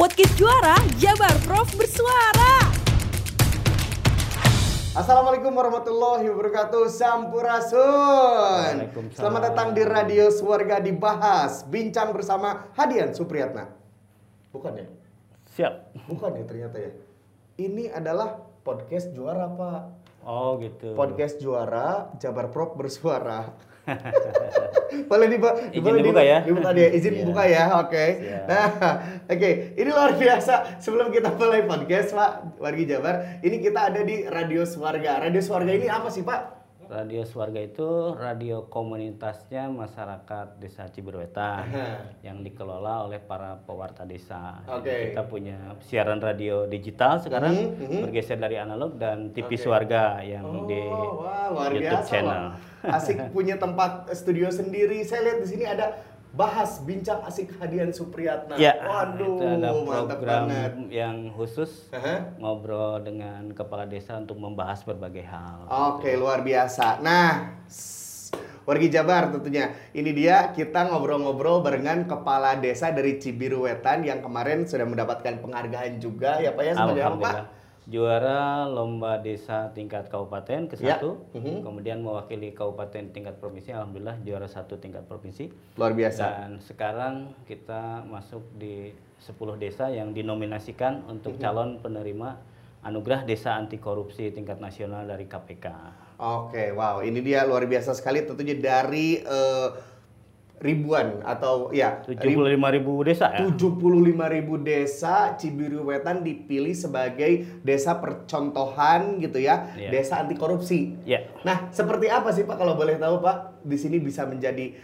Podcast Juara, Jabar Prof bersuara. Assalamualaikum warahmatullahi wabarakatuh. Sampurasun. Selamat datang di Radio Swarga Dibahas. Bincang bersama Hadian Supriyatna. Bukan ya? Siap. Bukan ya ternyata ya. Ini adalah podcast Juara, Pak. Oh gitu. Podcast Juara, Jabar Prof bersuara. Boleh dibuka ya? Dibuka dia, izin buka ya, oke. Nah, oke. Ini luar biasa. Sebelum kita mulai podcast, Pak, wargi Jabar, ini kita ada di Radio Swarga. Radio Swarga ini apa sih, Pak? Radio Swarga itu radio komunitasnya masyarakat Desa Ciberwetan yang dikelola oleh para pewarta desa. Oke. Kita punya siaran radio digital sekarang bergeser dari analog dan TV Swarga yang di luar YouTube biasa, channel. Pak. Asik punya tempat studio sendiri. Saya lihat di sini ada Bahas Bincang Asik Hadian Supriyatna. Ya, Waduh, itu ada mantap program banget. yang khusus ngobrol dengan kepala desa untuk membahas berbagai hal. Oke, luar biasa. Nah, wargi Jabar tentunya. Ini dia kita ngobrol-ngobrol barengan kepala desa dari Cibiruwetan yang kemarin sudah mendapatkan penghargaan juga ya Pak ya sebagai apa Pak? Juara lomba desa tingkat kabupaten ke-1, Ya. kemudian mewakili kabupaten tingkat provinsi, alhamdulillah juara 1 tingkat provinsi. Luar biasa. Dan sekarang kita masuk di 10 desa yang dinominasikan untuk calon penerima anugerah desa anti korupsi tingkat nasional dari KPK. Oke, wow, ini dia luar biasa sekali tentunya dari ribuan atau ya 75.000 desa ya? 75.000 desa Cibiruwetan dipilih sebagai desa percontohan gitu ya, desa anti korupsi. Nah, seperti apa sih Pak kalau boleh tahu Pak di sini bisa menjadi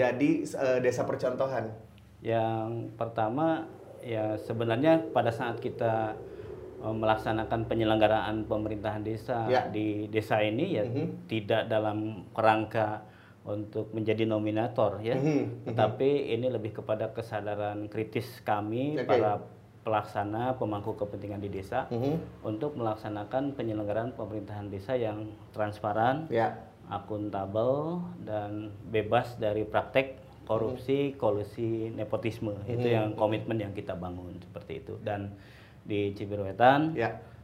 desa percontohan? Yang pertama ya sebenarnya pada saat kita melaksanakan penyelenggaraan pemerintahan desa di desa ini ya tidak dalam kerangka untuk menjadi nominator ya, tetapi ini lebih kepada kesadaran kritis kami para pelaksana pemangku kepentingan di desa untuk melaksanakan penyelenggaraan pemerintahan desa yang transparan, akuntabel dan bebas dari praktek korupsi, kolusi, nepotisme. Itu yang komitmen yang kita bangun seperti itu. Dan di Cibiruwetan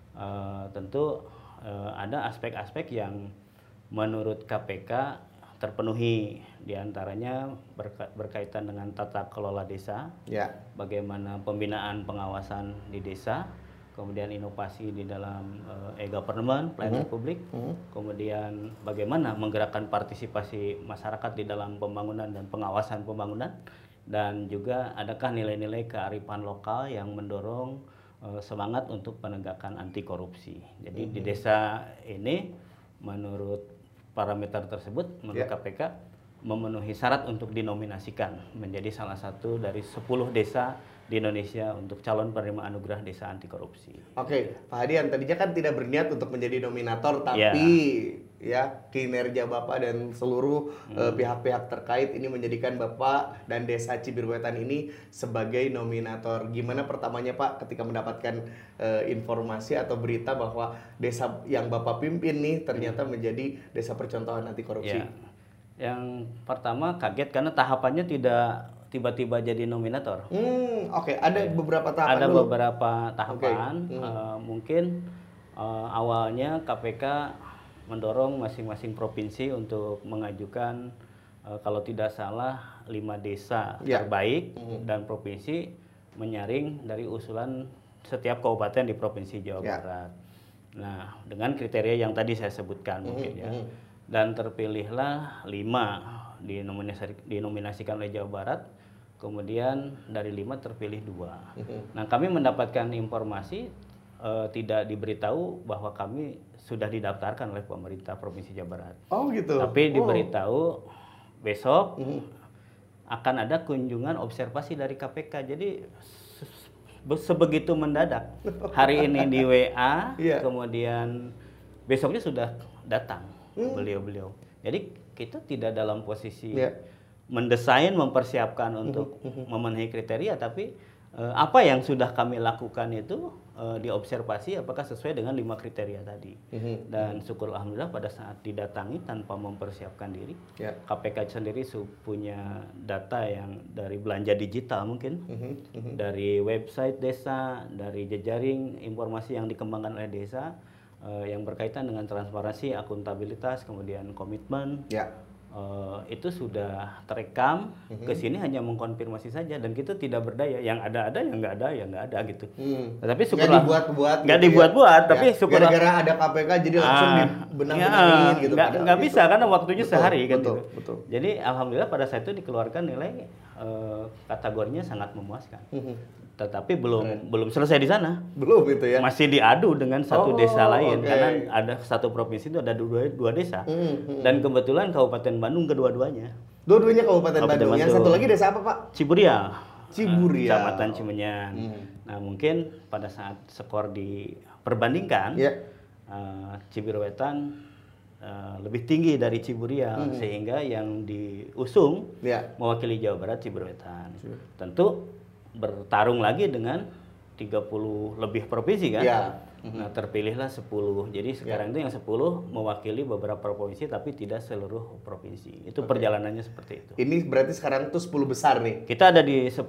tentu ada aspek-aspek yang menurut KPK terpenuhi, diantaranya berkaitan dengan tata kelola desa, bagaimana pembinaan pengawasan di desa, kemudian inovasi di dalam e-government, pelayanan publik, kemudian bagaimana menggerakkan partisipasi masyarakat di dalam pembangunan dan pengawasan pembangunan, dan juga adakah nilai-nilai kearifan lokal yang mendorong semangat untuk penegakan anti korupsi. Jadi di desa ini menurut parameter tersebut menurut KPK memenuhi syarat untuk dinominasikan menjadi salah satu dari 10 desa di Indonesia untuk calon penerima anugerah desa anti korupsi. Oke, Pak Hadian tadinya kan tidak berniat untuk menjadi nominator, tapi kinerja Bapak dan seluruh pihak-pihak terkait ini menjadikan Bapak dan desa Cibiruwetan ini sebagai nominator. Gimana pertamanya Pak ketika mendapatkan informasi atau berita bahwa desa yang Bapak pimpin nih ternyata menjadi desa percontohan anti korupsi? Yang pertama kaget karena tahapannya tidak tiba-tiba jadi nominator. Ada beberapa tahapan. Ada beberapa tahapan. Mungkin awalnya KPK mendorong masing-masing provinsi untuk mengajukan kalau tidak salah 5 desa terbaik dan provinsi menyaring dari usulan setiap kabupaten di Provinsi Jawa Barat. Nah, dengan kriteria yang tadi saya sebutkan mungkin ya. Dan terpilihlah 5 dinominasikan oleh Jawa Barat. Kemudian dari 5 terpilih 2. Nah, kami mendapatkan informasi tidak diberitahu bahwa kami sudah didaftarkan oleh pemerintah Provinsi Jawa Barat. Oh gitu. Tapi diberitahu besok akan ada kunjungan observasi dari KPK. Jadi sebegitu mendadak. Hari ini di WA, kemudian besoknya sudah datang beliau-beliau. Jadi kita tidak dalam posisi mendesain, mempersiapkan untuk memenuhi kriteria, tapi apa yang sudah kami lakukan itu diobservasi apakah sesuai dengan 5 kriteria tadi. Dan syukur alhamdulillah pada saat didatangi tanpa mempersiapkan diri, KPK sendiri punya data yang dari belanja digital mungkin, dari website desa, dari jejaring informasi yang dikembangkan oleh desa yang berkaitan dengan transparansi, akuntabilitas, kemudian komitmen. Itu sudah terekam. Ke sini hanya mengkonfirmasi saja dan kita tidak berdaya. Yang ada yang nggak ada, yang nggak ada gitu. Tapi syukurlah nggak dibuat-buat, tapi syukurlah gara-gara ada KPK jadi langsung dibenang-benangin gitu. Nggak bisa karena waktunya sehari kan. Betul. Jadi alhamdulillah pada saat itu dikeluarkan nilai kategorinya sangat memuaskan. Tetapi belum selesai di sana. Belum itu ya. Masih diadu dengan satu desa lain karena ada satu provinsi itu ada dua desa. Dan kebetulan Kabupaten Bandung kedua-duanya. Dua-duanya Kabupaten Bandung. Yang satu lagi desa apa, Pak? Ciburia. Kecamatan Cimenyan. Nah, mungkin pada saat skor diperbandingkan Cibiru Wetan lebih tinggi dari Ciburia sehingga yang diusung mewakili Jawa Barat Cibiru Wetan. Tentu bertarung lagi dengan 30 lebih provinsi kan. Nah, terpilihlah 10. Jadi sekarang itu yang 10 mewakili beberapa provinsi tapi tidak seluruh provinsi. Itu perjalanannya seperti itu. Ini berarti sekarang tuh 10 besar nih. Kita ada di 10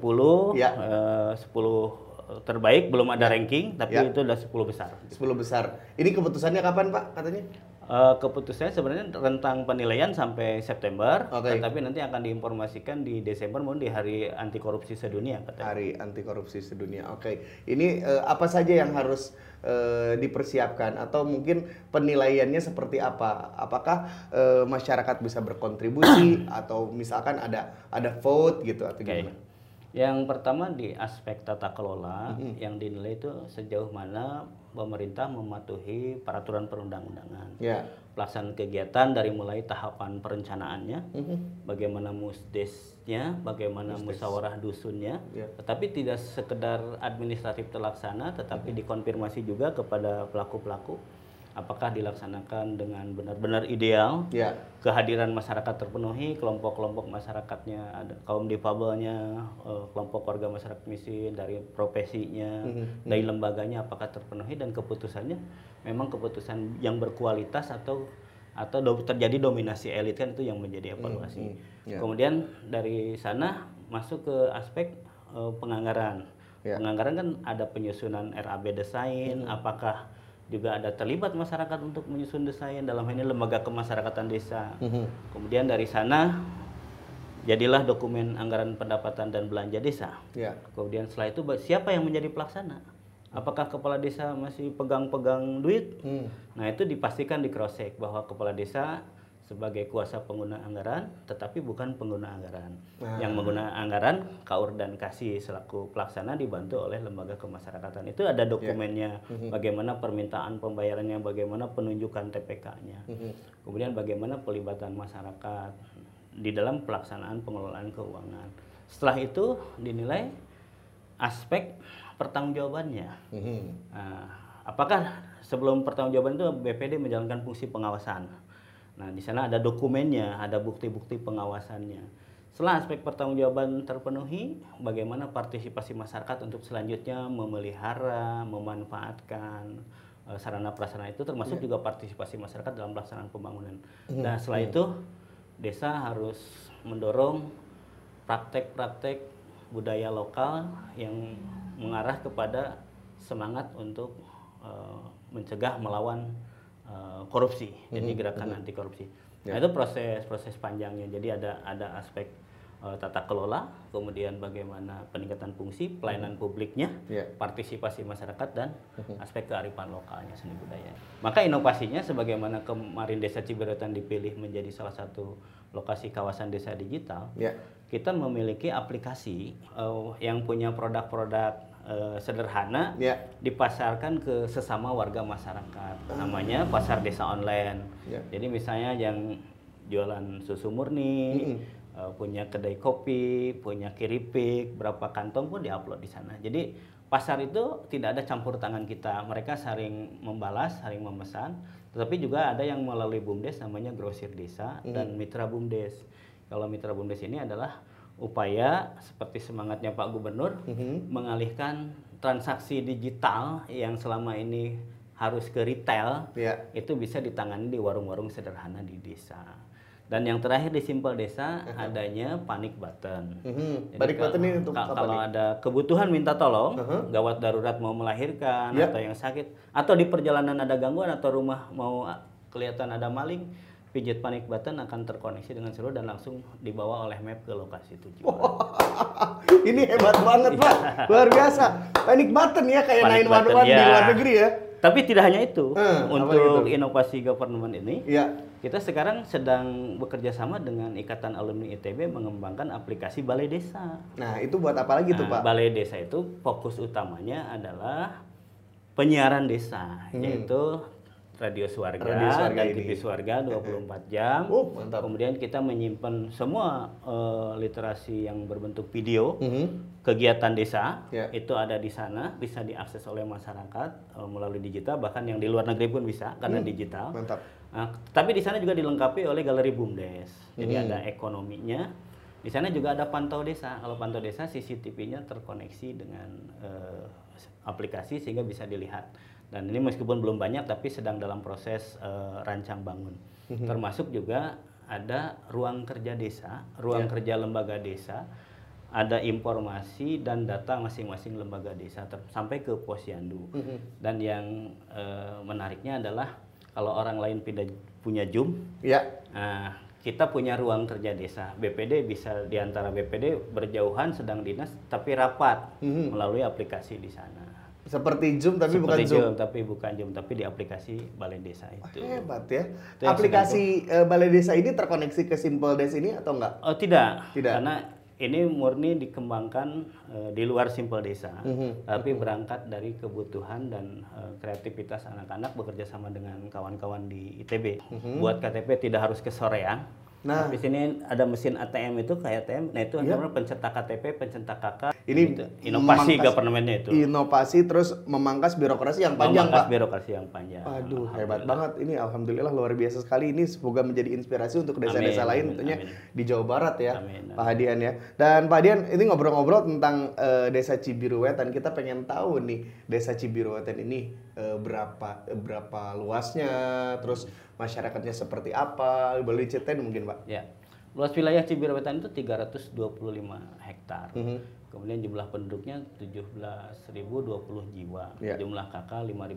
terbaik, belum ada ranking tapi itu udah 10 besar. 10 besar. Ini keputusannya kapan, Pak, katanya? Keputusannya sebenarnya rentang penilaian sampai September, tapi nanti akan diinformasikan di Desember, di Hari Anti Korupsi Sedunia katanya. Hari Anti Korupsi Sedunia. Ini apa saja yang harus dipersiapkan atau mungkin penilaiannya seperti apa? Apakah masyarakat bisa berkontribusi atau misalkan ada vote gitu atau gimana? Yang pertama di aspek tata kelola yang dinilai itu sejauh mana pemerintah mematuhi peraturan perundang-undangan. Pelaksanaan kegiatan dari mulai tahapan perencanaannya, bagaimana musdesnya, bagaimana musyawarah dusunnya, tetapi tidak sekedar administratif terlaksana, tetapi dikonfirmasi juga kepada pelaku-pelaku apakah dilaksanakan dengan benar-benar ideal, kehadiran masyarakat terpenuhi, kelompok-kelompok masyarakatnya, ada kaum difabelnya, kelompok warga masyarakat miskin, dari profesinya, dari lembaganya apakah terpenuhi, dan keputusannya memang keputusan yang berkualitas atau terjadi dominasi elit kan, itu yang menjadi evaluasi. Kemudian dari sana masuk ke aspek penganggaran. Penganggaran kan ada penyusunan RAB desain, apakah juga ada terlibat masyarakat untuk menyusun desain, dalam hal ini lembaga kemasyarakatan desa. Kemudian dari sana jadilah dokumen anggaran pendapatan dan belanja desa. Kemudian setelah itu siapa yang menjadi pelaksana? Apakah kepala desa masih pegang-pegang duit? Nah, itu dipastikan di cross check bahwa kepala desa sebagai kuasa pengguna anggaran, tetapi bukan pengguna anggaran. Yang menggunakan anggaran, KAUR dan KASI selaku pelaksana dibantu oleh lembaga kemasyarakatan. Itu ada dokumennya, bagaimana permintaan pembayarannya, bagaimana penunjukan TPK-nya. Kemudian bagaimana pelibatan masyarakat di dalam pelaksanaan pengelolaan keuangan. Setelah itu dinilai aspek pertanggungjawabannya. Apakah sebelum pertanggungjawaban itu BPD menjalankan fungsi pengawasan? Nah, di sana ada dokumennya, ada bukti-bukti pengawasannya. Setelah aspek pertanggungjawaban terpenuhi, bagaimana partisipasi masyarakat untuk selanjutnya memelihara, memanfaatkan sarana prasarana itu, termasuk juga partisipasi masyarakat dalam pelaksanaan pembangunan. Nah, setelah itu desa harus mendorong praktek-praktek budaya lokal yang mengarah kepada semangat untuk mencegah, melawan korupsi, jadi gerakan anti korupsi. Nah, itu proses panjangnya. Jadi ada aspek tata kelola, kemudian bagaimana peningkatan fungsi, pelayanan publiknya, partisipasi masyarakat, dan aspek kearifan lokalnya, seni budaya. Maka inovasinya sebagaimana kemarin Desa Cibiru Wetan dipilih menjadi salah satu lokasi kawasan desa digital, kita memiliki aplikasi yang punya produk-produk sederhana, dipasarkan ke sesama warga masyarakat. Namanya pasar desa online. Jadi misalnya yang jualan susu murni, punya kedai kopi, punya keripik, berapa kantong pun diupload di sana. Jadi pasar itu tidak ada campur tangan kita. Mereka saling membalas, saling memesan. Tetapi juga ada yang melalui BUMDes, namanya grosir desa dan mitra BUMDes. Kalau mitra BUMDes ini adalah upaya seperti semangatnya Pak Gubernur mengalihkan transaksi digital yang selama ini harus ke retail, itu bisa ditangani di warung-warung sederhana di desa. Dan yang terakhir di Simple Desa adanya panic button. Jadi Panic button ini untuk apa kalau nih? ada kebutuhan minta tolong, gawat darurat mau melahirkan atau yang sakit, atau di perjalanan ada gangguan atau rumah mau kelihatan ada maling, pijat panic button akan terkoneksi dengan seluruh dan langsung dibawa oleh map ke lokasi tujuan. Ini hebat banget Pak, luar biasa. Panic button ya kayak Panic 911 button, di ya. luar negeri ya. Tapi tidak hanya itu, apa untuk gitu? inovasi government ini, Iya. kita sekarang sedang bekerja sama dengan Ikatan Alumni ITB mengembangkan aplikasi Balai Desa. Nah, itu buat apa lagi tuh Pak? Balai Desa itu fokus utamanya adalah penyiaran desa, yaitu Radio Swarga dan TV Swarga 24 jam. Mantap. Kemudian kita menyimpan semua literasi yang berbentuk video, kegiatan desa, itu ada di sana, bisa diakses oleh masyarakat melalui digital, bahkan yang di luar negeri pun bisa karena digital. Mantap. Nah, tapi di sana juga dilengkapi oleh galeri BUMDes. Jadi ada ekonominya. Di sana juga ada pantau desa. Kalau pantau desa, CCTV-nya terkoneksi dengan aplikasi sehingga bisa dilihat. Dan ini meskipun belum banyak, tapi sedang dalam proses rancang bangun. Termasuk juga ada ruang kerja desa, ruang kerja lembaga desa, ada informasi dan data masing-masing lembaga desa sampai ke posyandu. Dan yang menariknya adalah kalau orang lain punya Zoom, kita punya ruang kerja desa. BPD bisa diantara BPD berjauhan sedang dinas, tapi rapat melalui aplikasi di sana. Seperti Zoom tapi bukan Zoom. Tapi bukan Zoom, tapi di aplikasi Balai Desa itu. Hebat ya. Aplikasi Balai Desa ini terkoneksi ke Simple Desa ini atau enggak? Oh tidak. Karena ini murni dikembangkan di luar Simple Desa, tapi berangkat dari kebutuhan dan kreativitas anak-anak bekerja sama dengan kawan-kawan di ITB. Buat KTP tidak harus ke soreang. Nah, di sini ada mesin ATM itu kayak ATM. Nah, itu namanya pencetak KTP, pencetak KK. Ini gitu. Inovasi governmentnya itu. Inovasi terus memangkas birokrasi yang panjang, Pak. Birokrasi yang panjang. Aduh, hebat banget. Ini alhamdulillah luar biasa sekali. Ini semoga menjadi inspirasi untuk desa-desa lain tentunya di Jawa Barat ya, Pak Hadian ya. Dan Pak Hadian, ini ngobrol-ngobrol tentang Desa Cibiruwetan. Kita pengen tahu nih, Desa Cibiruwetan ini berapa luasnya, terus masyarakatnya seperti apa? Boleh diceritain mungkin, Pak? Ya. Luas wilayah Cibiruwetan itu 325 hektar. Kemudian jumlah penduduknya 17.020 jiwa. Jumlah KK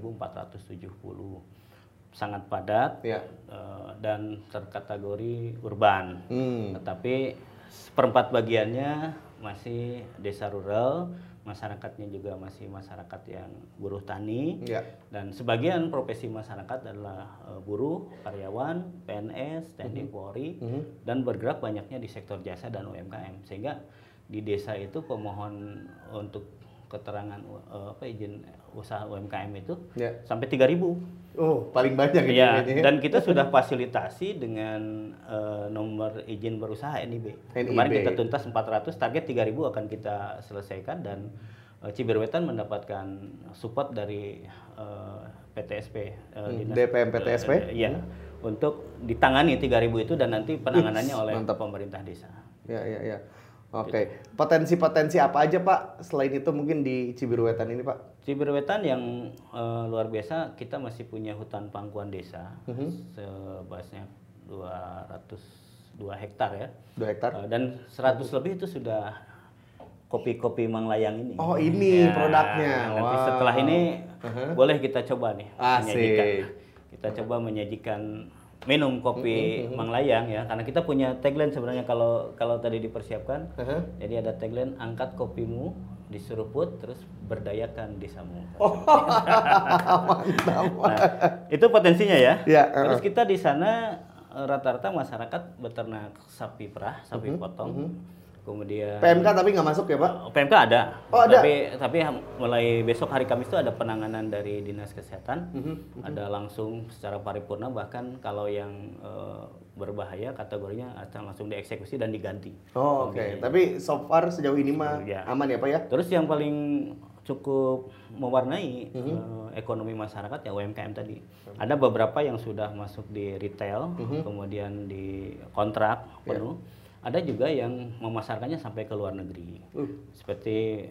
5.470. Sangat padat dan terkategori urban. Tetapi seperempat bagiannya masih desa rural, masyarakatnya juga masih masyarakat yang buruh tani, dan sebagian profesi masyarakat adalah buruh, karyawan, PNS, TNI, Polri, dan bergerak banyaknya di sektor jasa dan UMKM. Sehingga di desa itu pemohon untuk keterangan izin usaha UMKM itu sampai 3.000. Oh, paling banyak ya. Dan kita sudah fasilitasi dengan nomor izin berusaha NIB. Kemarin kita tuntas 400, target 3.000 akan kita selesaikan, dan Cibiruwetan mendapatkan support dari PTSP, DPM PTSP? Iya, untuk ditangani 3.000 itu dan nanti penanganannya oleh pemerintah desa. Ya. Oke. Potensi-potensi apa aja Pak selain itu mungkin di Cibiruwetan ini Pak? Cibiruwetan yang luar biasa, kita masih punya hutan pangkuan desa seluasnya 202 hektar ya. 2 hektar. Dan 100 lebih itu sudah kopi-kopi Manglayang ini. Oh, ini produknya. Nanti setelah ini boleh kita coba nih menyajikan. Kita coba menyajikan minum kopi Manglayang ya, karena kita punya tagline sebenarnya kalau tadi dipersiapkan. Jadi ada tagline, angkat kopimu diseruput terus berdayakan desamu. Mantap. Nah, itu potensinya ya. Terus kita di sana rata-rata masyarakat beternak sapi perah, sapi potong. Kemudian PMK tapi nggak masuk ya Pak? PMK ada. Oh, ada. Tapi mulai besok hari Kamis itu ada penanganan dari Dinas Kesehatan. Ada langsung secara paripurna, bahkan kalau yang berbahaya kategorinya akan langsung dieksekusi dan diganti. Oh, oke. Tapi so far sejauh ini mah aman ya Pak ya? Terus yang paling cukup mewarnai ekonomi masyarakat ya UMKM tadi. Ada beberapa yang sudah masuk di retail, kemudian di kontrak penuh. Ada juga yang memasarkannya sampai ke luar negeri. Seperti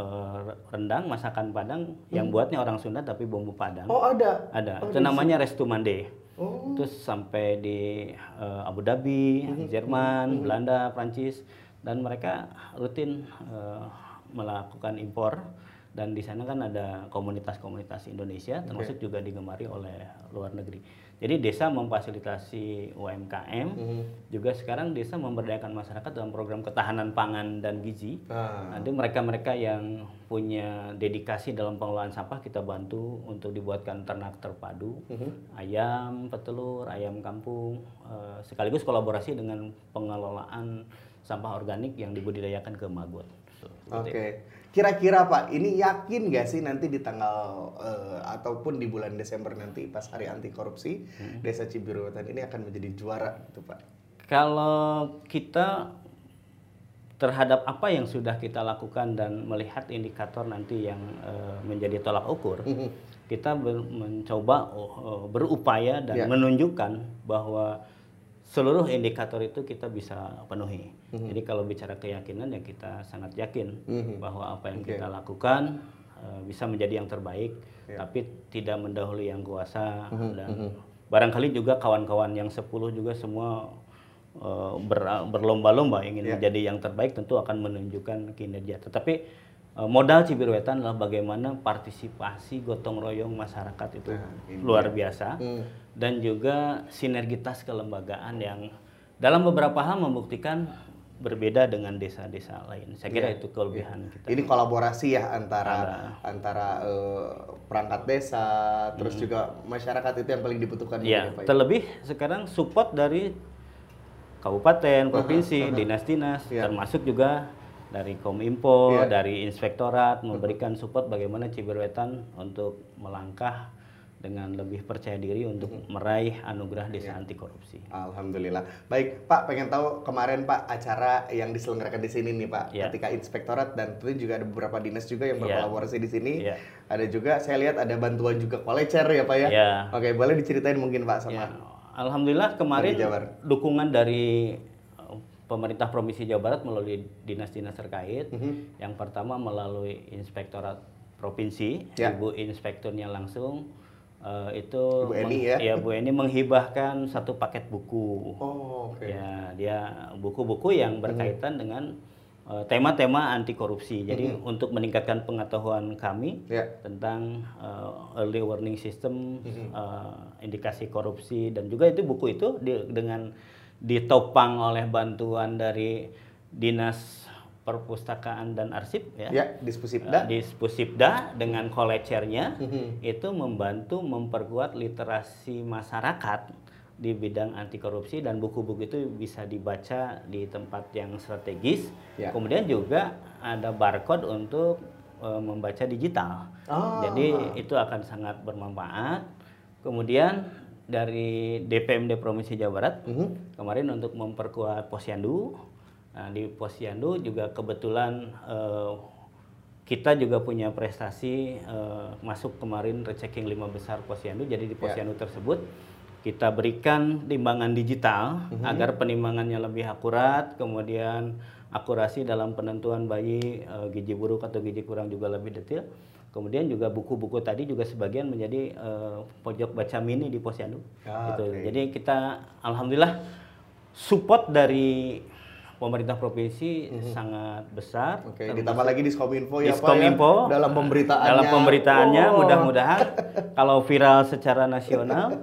rendang masakan Padang yang buatnya orang Sunda tapi bumbu Padang. Oh, ada. Ada. Itu namanya Restu Mande. Terus sampai di Abu Dhabi, Jerman, Belanda, Prancis, dan mereka rutin melakukan impor. Dan di sana kan ada komunitas-komunitas Indonesia, termasuk juga digemari oleh luar negeri. Jadi desa memfasilitasi UMKM, juga sekarang desa memberdayakan masyarakat dalam program ketahanan pangan dan gizi. Nanti mereka-mereka yang punya dedikasi dalam pengelolaan sampah kita bantu untuk dibuatkan ternak terpadu, ayam petelur, ayam kampung, sekaligus kolaborasi dengan pengelolaan sampah organik yang dibudidayakan ke Magot. Oke. Kira-kira Pak, ini yakin nggak sih nanti di tanggal ataupun di bulan Desember nanti pas hari anti korupsi, Desa Cibiruwetan ini akan menjadi juara gitu Pak? Kalau kita terhadap apa yang sudah kita lakukan dan melihat indikator nanti yang menjadi tolak ukur, kita mencoba berupaya dan menunjukkan bahwa seluruh indikator itu kita bisa penuhi. Jadi kalau bicara keyakinan ya kita sangat yakin bahwa apa yang kita lakukan bisa menjadi yang terbaik, tapi tidak mendahului yang kuasa. Dan barangkali juga kawan-kawan yang 10 juga semua berlomba-lomba ingin menjadi yang terbaik, tentu akan menunjukkan kinerja. Tetapi modal Cibiruwetan adalah bagaimana partisipasi gotong royong masyarakat itu luar biasa, dan juga sinergitas kelembagaan yang dalam beberapa hal membuktikan berbeda dengan desa-desa lain. Saya kira itu kelebihan kita. Ini kolaborasi ya antara perangkat desa, terus juga masyarakat itu yang paling dibutuhkan. Ya, terlebih sekarang support dari kabupaten, provinsi, dinas-dinas, termasuk juga dari Kominfo, dari Inspektorat memberikan support bagaimana Cibiruwetan untuk melangkah dengan lebih percaya diri untuk meraih anugerah desa anti korupsi. Alhamdulillah. Baik, Pak, pengen tahu kemarin Pak acara yang diselenggarakan di sini nih Pak, ketika Inspektorat dan tentu juga ada beberapa dinas juga yang berkolaborasi di sini. Ada juga saya lihat ada bantuan juga kolecer ya Pak ya. Oke, boleh diceritain mungkin Pak sama. Alhamdulillah kemarin dukungan dari pemerintah Provinsi Jawa Barat melalui dinas-dinas terkait. Yang pertama melalui Inspektorat Provinsi, Ibu Inspekturnya langsung itu Bu Eni menghibahkan satu paket buku. Ya, dia buku-buku yang berkaitan dengan tema-tema anti korupsi. Jadi untuk meningkatkan pengetahuan kami tentang early warning system, indikasi korupsi, dan juga itu buku itu dengan ditopang oleh bantuan dari Dinas Perpustakaan dan Arsip Dispusipda dengan kolecernya itu membantu memperkuat literasi masyarakat di bidang anti korupsi, dan buku-buku itu bisa dibaca di tempat yang strategis. Kemudian juga ada barcode untuk membaca digital. Jadi itu akan sangat bermanfaat. Kemudian dari DPMD Provinsi Jawa Barat kemarin untuk memperkuat Posyandu. Nah, di Posyandu juga kebetulan kita juga punya prestasi masuk kemarin rechecking 5 besar Posyandu. Jadi di Posyandu tersebut kita berikan timbangan digital agar penimbangannya lebih akurat, kemudian akurasi dalam penentuan bayi gizi buruk atau gizi kurang juga lebih detail. Kemudian juga buku-buku tadi juga sebagian menjadi pojok baca mini di Posyandu. Gitu. Jadi kita alhamdulillah support dari pemerintah provinsi sangat besar. Ditambah lagi Diskominfo ya Diskominfo, Pak ya, dalam pemberitaannya. Dalam pemberitaannya mudah-mudahan kalau viral secara nasional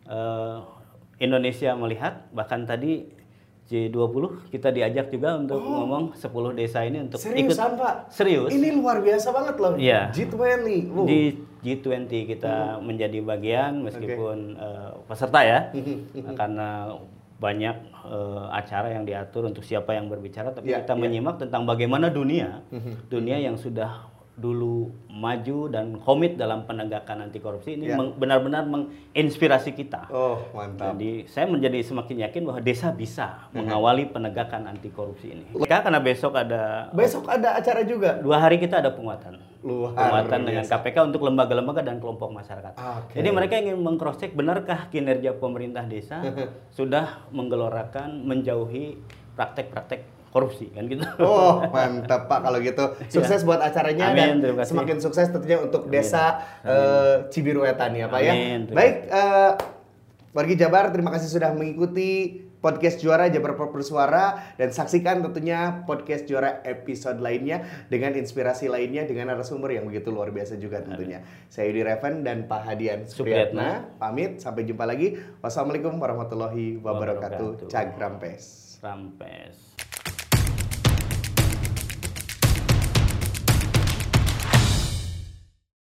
Indonesia melihat, bahkan tadi G20 kita diajak juga untuk ngomong 10 desa ini untuk ikut. Pak? Serius. Ini luar biasa banget loh. G20. Di G20 kita menjadi bagian meskipun peserta ya. Karena banyak acara yang diatur untuk siapa yang berbicara, tapi kita menyimak tentang bagaimana dunia yang sudah dulu maju dan komit dalam penegakan anti korupsi ini benar-benar menginspirasi kita. Mantap. Jadi saya menjadi semakin yakin bahwa desa bisa mengawali penegakan anti korupsi ini. Karena besok ada acara juga. 2 hari kita ada penguatan dengan KPK untuk lembaga-lembaga dan kelompok masyarakat. Jadi mereka ingin meng-cross check benarkah kinerja pemerintah desa sudah menggelorakan menjauhi praktek-praktek korupsi kan gitu. Oh, mantap Pak kalau gitu. Sukses buat acaranya. Amin, dan semakin sukses tentunya untuk Desa Cibiruetan ya Pak ya. Baik, wargi Jabar, terima kasih sudah mengikuti podcast Juara Jabar Prof Bersuara, dan saksikan tentunya podcast Juara episode lainnya dengan inspirasi lainnya dengan narasumber yang begitu luar biasa juga tentunya. Saya Yudi Reven dan Pak Hadian Supriyatna pamit, sampai jumpa lagi. Wassalamualaikum warahmatullahi wabarakatuh. Cagrampes. Rampes.